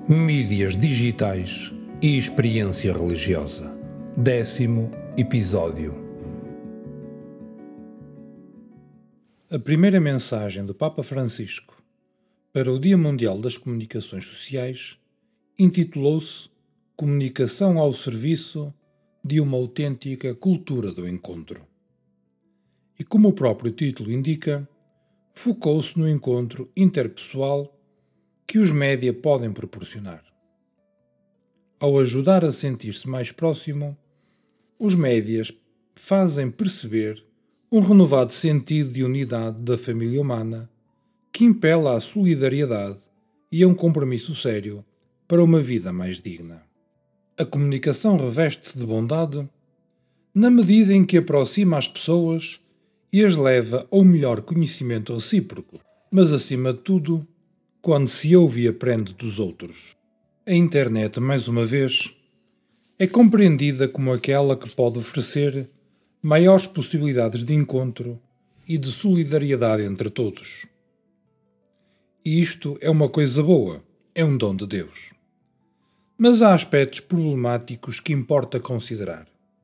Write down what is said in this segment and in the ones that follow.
Mídias digitais e experiência religiosa. 10º episódio. A primeira mensagem do Papa Francisco para o Dia Mundial das Comunicações Sociais intitulou-se Comunicação ao serviço de uma autêntica cultura do encontro. E como o próprio título indica, focou-se no encontro interpessoal que os média podem proporcionar. Ao ajudar a sentir-se mais próximo, os médias fazem perceber um renovado sentido de unidade da família humana que impela à solidariedade e a um compromisso sério para uma vida mais digna. A comunicação reveste-se de bondade na medida em que aproxima as pessoas e as leva a um melhor conhecimento recíproco, mas acima de tudo, quando se ouve e aprende dos outros. A internet, mais uma vez, é compreendida como aquela que pode oferecer maiores possibilidades de encontro e de solidariedade entre todos. E isto é uma coisa boa, é um dom de Deus. Mas há aspectos problemáticos que importa considerar.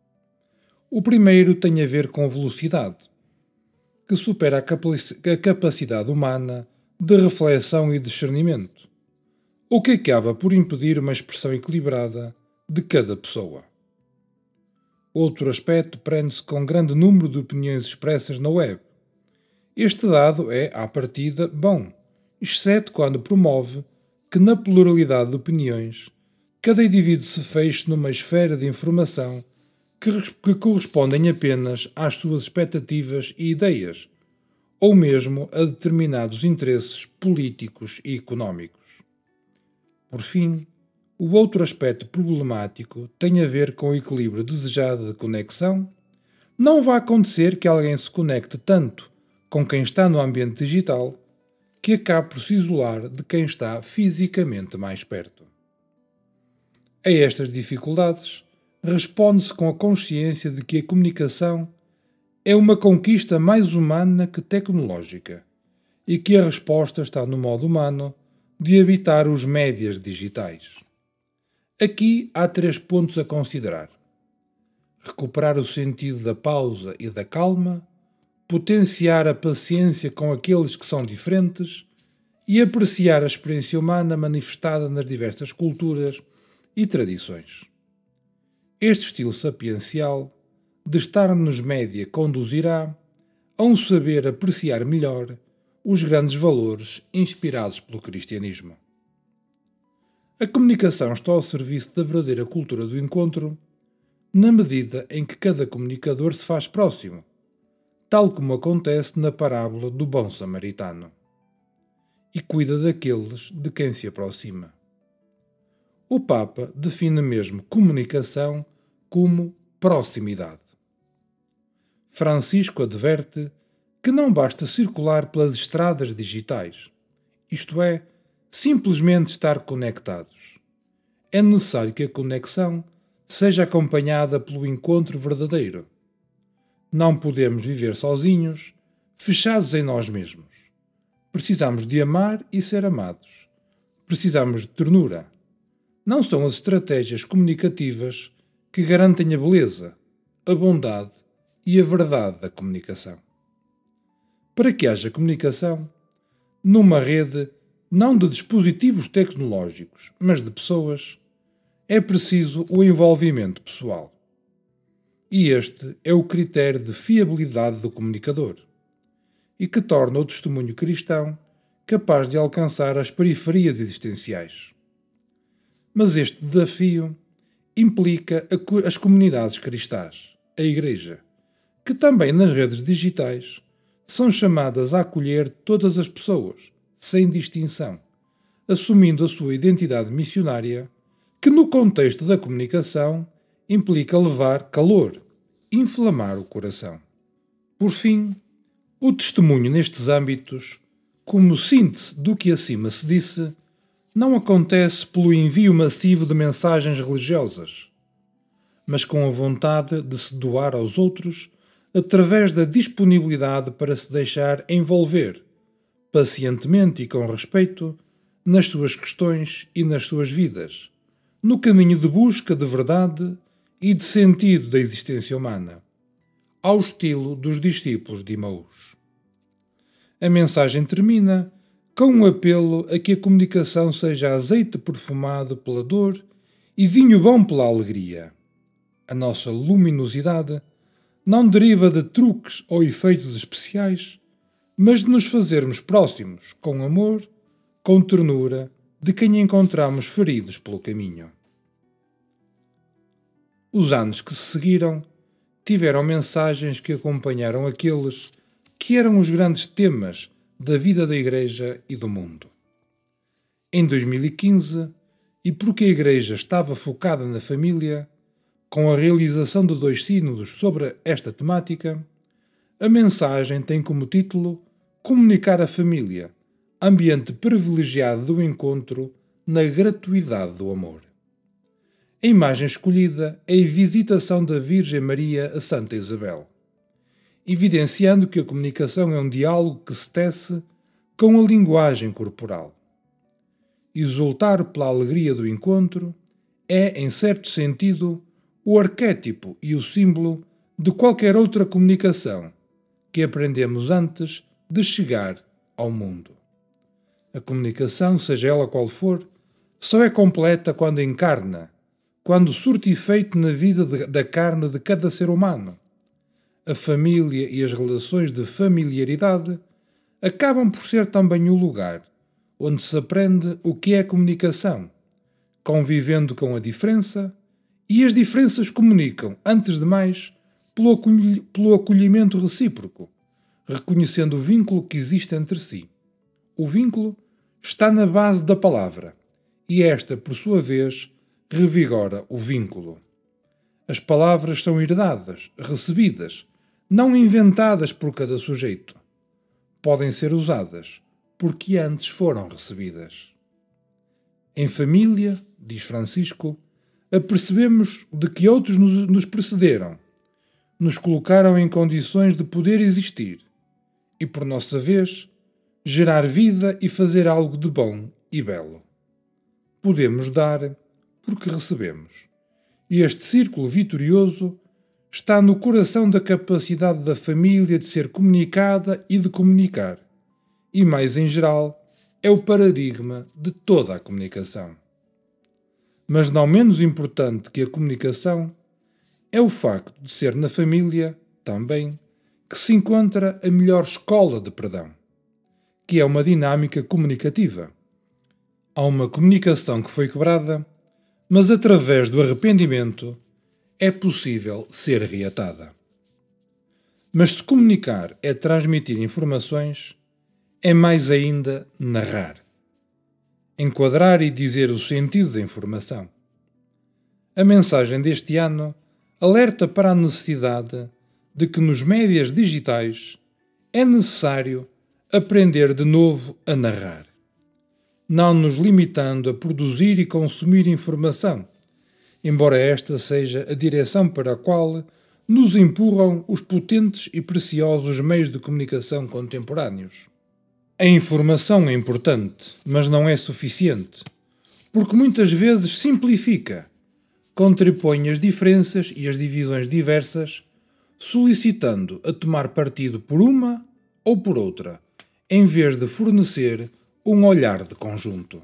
O primeiro tem a ver com a velocidade, que supera a capacidade humana de reflexão e discernimento, o que acaba por impedir uma expressão equilibrada de cada pessoa. Outro aspecto prende-se com um grande número de opiniões expressas na web. Este dado é, à partida, bom, exceto quando promove que na pluralidade de opiniões, cada indivíduo se feche numa esfera de informação que correspondem apenas às suas expectativas e ideias, ou mesmo a determinados interesses políticos e económicos. Por fim, o outro aspecto problemático tem a ver com o equilíbrio desejado de conexão. Não vai acontecer que alguém se conecte tanto com quem está no ambiente digital que acabe por se isolar de quem está fisicamente mais perto. A estas dificuldades, responde-se com a consciência de que a comunicação é uma conquista mais humana que tecnológica e que a resposta está no modo humano de habitar os médias digitais. Aqui há 3 pontos a considerar: recuperar o sentido da pausa e da calma, potenciar a paciência com aqueles que são diferentes e apreciar a experiência humana manifestada nas diversas culturas e tradições. Este estilo sapiencial de estar nos média conduzirá a um saber apreciar melhor os grandes valores inspirados pelo cristianismo. A comunicação está ao serviço da verdadeira cultura do encontro, na medida em que cada comunicador se faz próximo, tal como acontece na parábola do bom samaritano, e cuida daqueles de quem se aproxima. O Papa define mesmo comunicação como proximidade. Francisco adverte que não basta circular pelas estradas digitais, isto é, simplesmente estar conectados. É necessário que a conexão seja acompanhada pelo encontro verdadeiro. Não podemos viver sozinhos, fechados em nós mesmos. Precisamos de amar e ser amados. Precisamos de ternura. Não são as estratégias comunicativas que garantem a beleza, a bondade e a verdade da comunicação. Para que haja comunicação, numa rede não de dispositivos tecnológicos, mas de pessoas, é preciso o envolvimento pessoal. E este é o critério de fiabilidade do comunicador, e que torna o testemunho cristão capaz de alcançar as periferias existenciais. Mas este desafio implica as comunidades cristãs, a Igreja, que também nas redes digitais são chamadas a acolher todas as pessoas, sem distinção, assumindo a sua identidade missionária, que no contexto da comunicação implica levar calor, inflamar o coração. Por fim, o testemunho nestes âmbitos, como síntese do que acima se disse, não acontece pelo envio massivo de mensagens religiosas, mas com a vontade de se doar aos outros através da disponibilidade para se deixar envolver, pacientemente e com respeito, nas suas questões e nas suas vidas, no caminho de busca de verdade e de sentido da existência humana, ao estilo dos discípulos de Emaús. A mensagem termina com um apelo a que a comunicação seja azeite perfumado pela dor e vinho bom pela alegria. A nossa luminosidade não deriva de truques ou efeitos especiais, mas de nos fazermos próximos, com amor, com ternura, de quem encontramos feridos pelo caminho. Os anos que se seguiram tiveram mensagens que acompanharam aqueles que eram os grandes temas da vida da Igreja e do mundo. Em 2015, e porque a Igreja estava focada na família, com a realização de 2 sínodos sobre esta temática, a mensagem tem como título Comunicar a Família, ambiente privilegiado do encontro na gratuidade do amor. A imagem escolhida é a visitação da Virgem Maria a Santa Isabel, evidenciando que a comunicação é um diálogo que se tece com a linguagem corporal. Exultar pela alegria do encontro é, em certo sentido, o arquétipo e o símbolo de qualquer outra comunicação que aprendemos antes de chegar ao mundo. A comunicação, seja ela qual for, só é completa quando encarna, quando surte efeito na vida da carne de cada ser humano. A família e as relações de familiaridade acabam por ser também o lugar onde se aprende o que é comunicação, convivendo com a diferença, e as diferenças comunicam, antes de mais, pelo acolhimento recíproco, reconhecendo o vínculo que existe entre si. O vínculo está na base da palavra, e esta, por sua vez, revigora o vínculo. As palavras são herdadas, recebidas, não inventadas por cada sujeito. Podem ser usadas porque antes foram recebidas. Em família, diz Francisco, apercebemos de que outros nos precederam, nos colocaram em condições de poder existir e, por nossa vez, gerar vida e fazer algo de bom e belo. Podemos dar porque recebemos. E este círculo vitorioso está no coração da capacidade da família de ser comunicada e de comunicar. E, mais em geral, é o paradigma de toda a comunicação. Mas não menos importante que a comunicação é o facto de ser na família, também, que se encontra a melhor escola de perdão, que é uma dinâmica comunicativa. Há uma comunicação que foi quebrada, mas através do arrependimento é possível ser reatada. Mas se comunicar é transmitir informações, é mais ainda narrar. Enquadrar e dizer o sentido da informação. A mensagem deste ano alerta para a necessidade de que nos médias digitais é necessário aprender de novo a narrar, não nos limitando a produzir e consumir informação, embora esta seja a direção para a qual nos empurram os potentes e preciosos meios de comunicação contemporâneos. A informação é importante, mas não é suficiente, porque muitas vezes simplifica, contrapõe as diferenças e as divisões diversas, solicitando a tomar partido por uma ou por outra, em vez de fornecer um olhar de conjunto.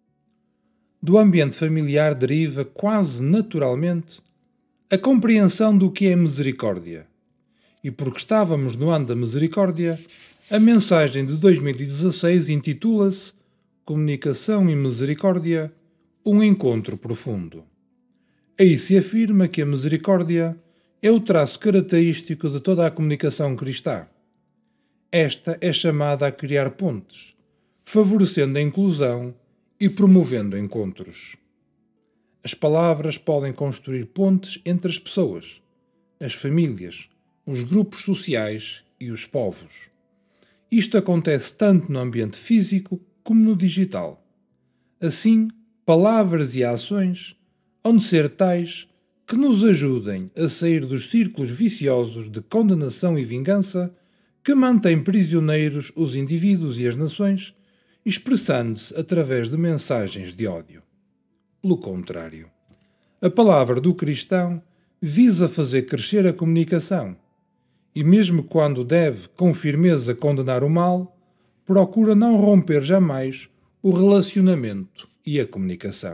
Do ambiente familiar deriva quase naturalmente a compreensão do que é misericórdia. E porque estávamos no ano da misericórdia, a mensagem de 2016 intitula-se Comunicação e Misericórdia, um encontro profundo. Aí se afirma que a misericórdia é o traço característico de toda a comunicação cristã. Esta é chamada a criar pontes, favorecendo a inclusão e promovendo encontros. As palavras podem construir pontes entre as pessoas, as famílias, os grupos sociais e os povos. Isto acontece tanto no ambiente físico como no digital. Assim, palavras e ações hão de ser tais que nos ajudem a sair dos círculos viciosos de condenação e vingança que mantêm prisioneiros os indivíduos e as nações, expressando-se através de mensagens de ódio. Pelo contrário, a palavra do cristão visa fazer crescer a comunicação e, mesmo quando deve com firmeza condenar o mal, procura não romper jamais o relacionamento e a comunicação.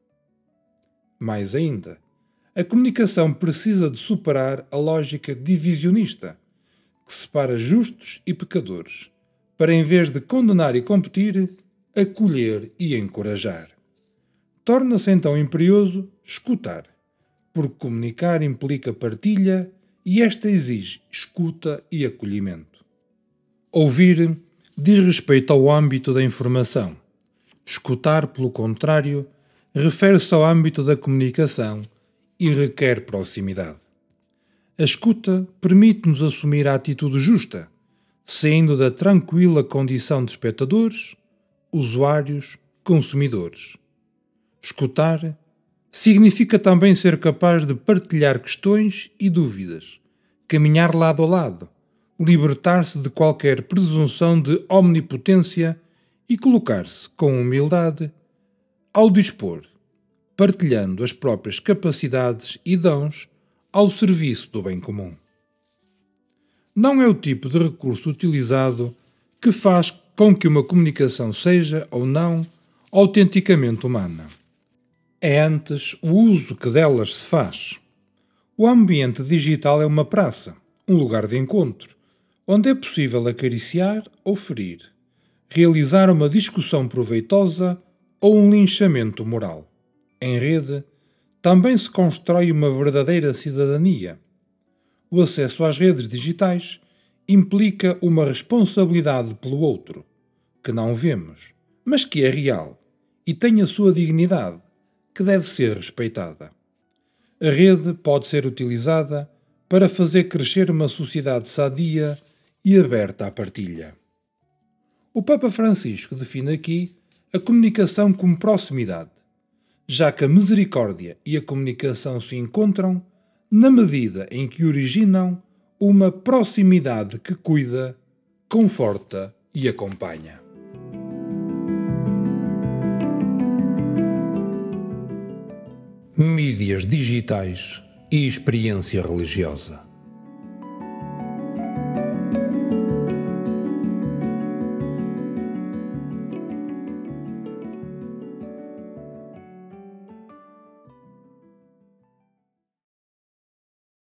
Mais ainda, a comunicação precisa de superar a lógica divisionista, que separa justos e pecadores, para em vez de condenar e competir, acolher e encorajar. Torna-se então imperioso escutar, porque comunicar implica partilha e esta exige escuta e acolhimento. Ouvir diz respeito ao âmbito da informação. Escutar, pelo contrário, refere-se ao âmbito da comunicação e requer proximidade. A escuta permite-nos assumir a atitude justa, saindo da tranquila condição de espectadores, usuários, consumidores. Escutar significa também ser capaz de partilhar questões e dúvidas, caminhar lado a lado, libertar-se de qualquer presunção de omnipotência e colocar-se com humildade ao dispor, partilhando as próprias capacidades e dons ao serviço do bem comum. Não é o tipo de recurso utilizado que faz com que uma comunicação seja ou não autenticamente humana. É antes o uso que delas se faz. O ambiente digital é uma praça, um lugar de encontro, onde é possível acariciar ou ferir, realizar uma discussão proveitosa ou um linchamento moral. Em rede, também se constrói uma verdadeira cidadania. O acesso às redes digitais implica uma responsabilidade pelo outro, que não vemos, mas que é real e tem a sua dignidade, que deve ser respeitada. A rede pode ser utilizada para fazer crescer uma sociedade sadia e aberta à partilha. O Papa Francisco define aqui a comunicação como proximidade, já que a misericórdia e a comunicação se encontram na medida em que originam uma proximidade que cuida, conforta e acompanha. Mídias digitais e experiência religiosa.